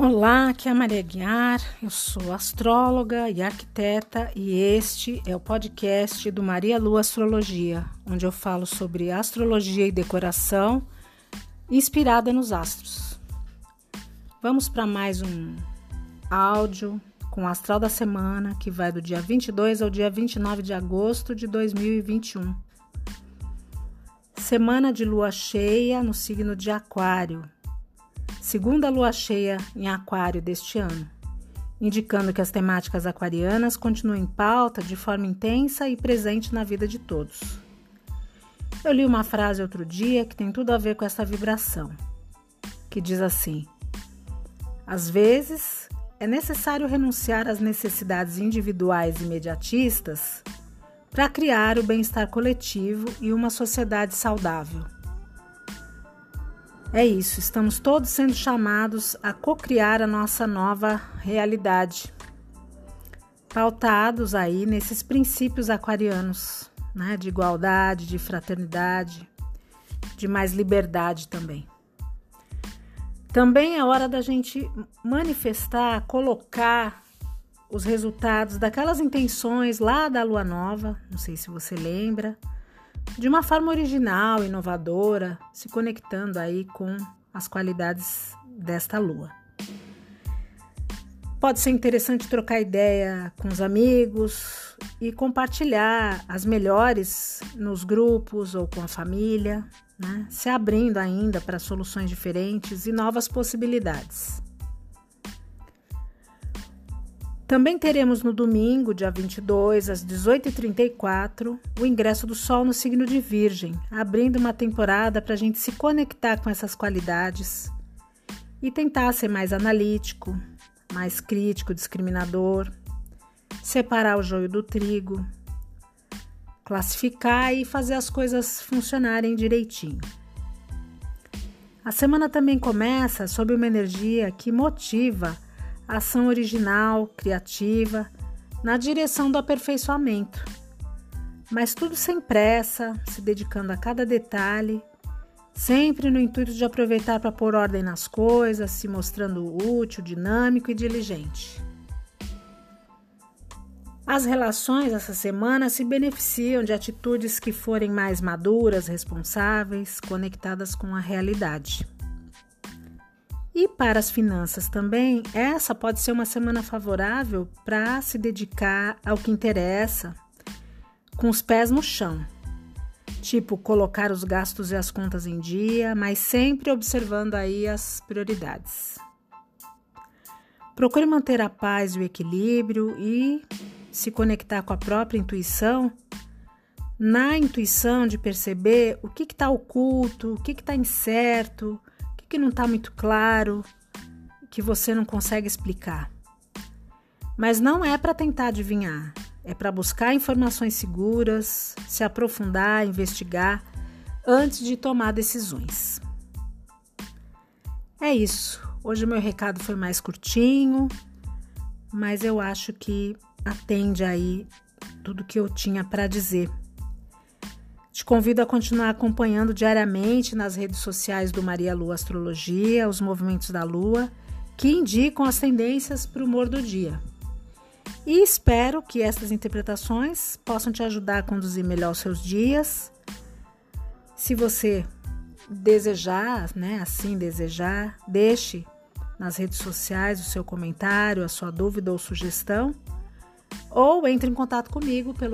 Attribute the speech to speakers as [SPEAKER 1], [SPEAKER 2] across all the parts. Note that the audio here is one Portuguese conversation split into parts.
[SPEAKER 1] Olá, aqui é a Maria Guiar, eu sou astróloga e arquiteta e este é o podcast do Maria Lua Astrologia, onde eu falo sobre astrologia e decoração inspirada nos astros. Vamos para mais um áudio com o astral da semana, que vai do dia 22 ao dia 29 de agosto de 2021. Semana de lua cheia no signo de Aquário. Segunda lua cheia em Aquário deste ano, indicando que as temáticas aquarianas continuam em pauta de forma intensa e presente na vida de todos. Eu li uma frase outro dia que tem tudo a ver com essa vibração, que diz assim: às vezes é necessário renunciar às necessidades individuais imediatistas para criar o bem-estar coletivo e uma sociedade saudável. É isso, estamos todos sendo chamados a co-criar a nossa nova realidade, pautados aí nesses princípios aquarianos, né, de igualdade, de fraternidade, de mais liberdade também. Também é hora da gente manifestar, colocar os resultados daquelas intenções lá da lua nova, não sei se você lembra, de uma forma original, inovadora, se conectando aí com as qualidades desta lua. Pode ser interessante trocar ideia com os amigos e compartilhar as melhores nos grupos ou com a família, né? Se abrindo ainda para soluções diferentes e novas possibilidades. Também teremos no domingo, dia 22, às 18h34, o ingresso do Sol no signo de Virgem, abrindo uma temporada para a gente se conectar com essas qualidades e tentar ser mais analítico, mais crítico, discriminador, separar o joio do trigo, classificar e fazer as coisas funcionarem direitinho. A semana também começa sob uma energia que motiva ação original, criativa, na direção do aperfeiçoamento. Mas tudo sem pressa, se dedicando a cada detalhe, sempre no intuito de aproveitar para pôr ordem nas coisas, se mostrando útil, dinâmico e diligente. As relações essa semana se beneficiam de atitudes que forem mais maduras, responsáveis, conectadas com a realidade. E para as finanças também, essa pode ser uma semana favorável para se dedicar ao que interessa, com os pés no chão. Tipo, colocar os gastos e as contas em dia, mas sempre observando aí as prioridades. Procure manter a paz e o equilíbrio e se conectar com a própria intuição, na intuição de perceber o que está oculto, o que está incerto, que não está muito claro, que você não consegue explicar. Mas não é para tentar adivinhar, é para buscar informações seguras, se aprofundar, investigar, antes de tomar decisões. É isso. Hoje o meu recado foi mais curtinho, mas eu acho que atende aí tudo que eu tinha para dizer. Te convido a continuar acompanhando diariamente nas redes sociais do Maria Lua Astrologia, os movimentos da Lua, que indicam as tendências para o humor do dia. E espero que essas interpretações possam te ajudar a conduzir melhor os seus dias. Se você desejar, assim desejar, deixe nas redes sociais o seu comentário, a sua dúvida ou sugestão. Ou entre em contato comigo pelo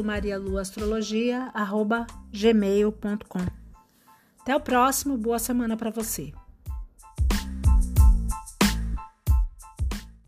[SPEAKER 1] marialuastrologia@gmail.com. Até o próximo, boa semana para você.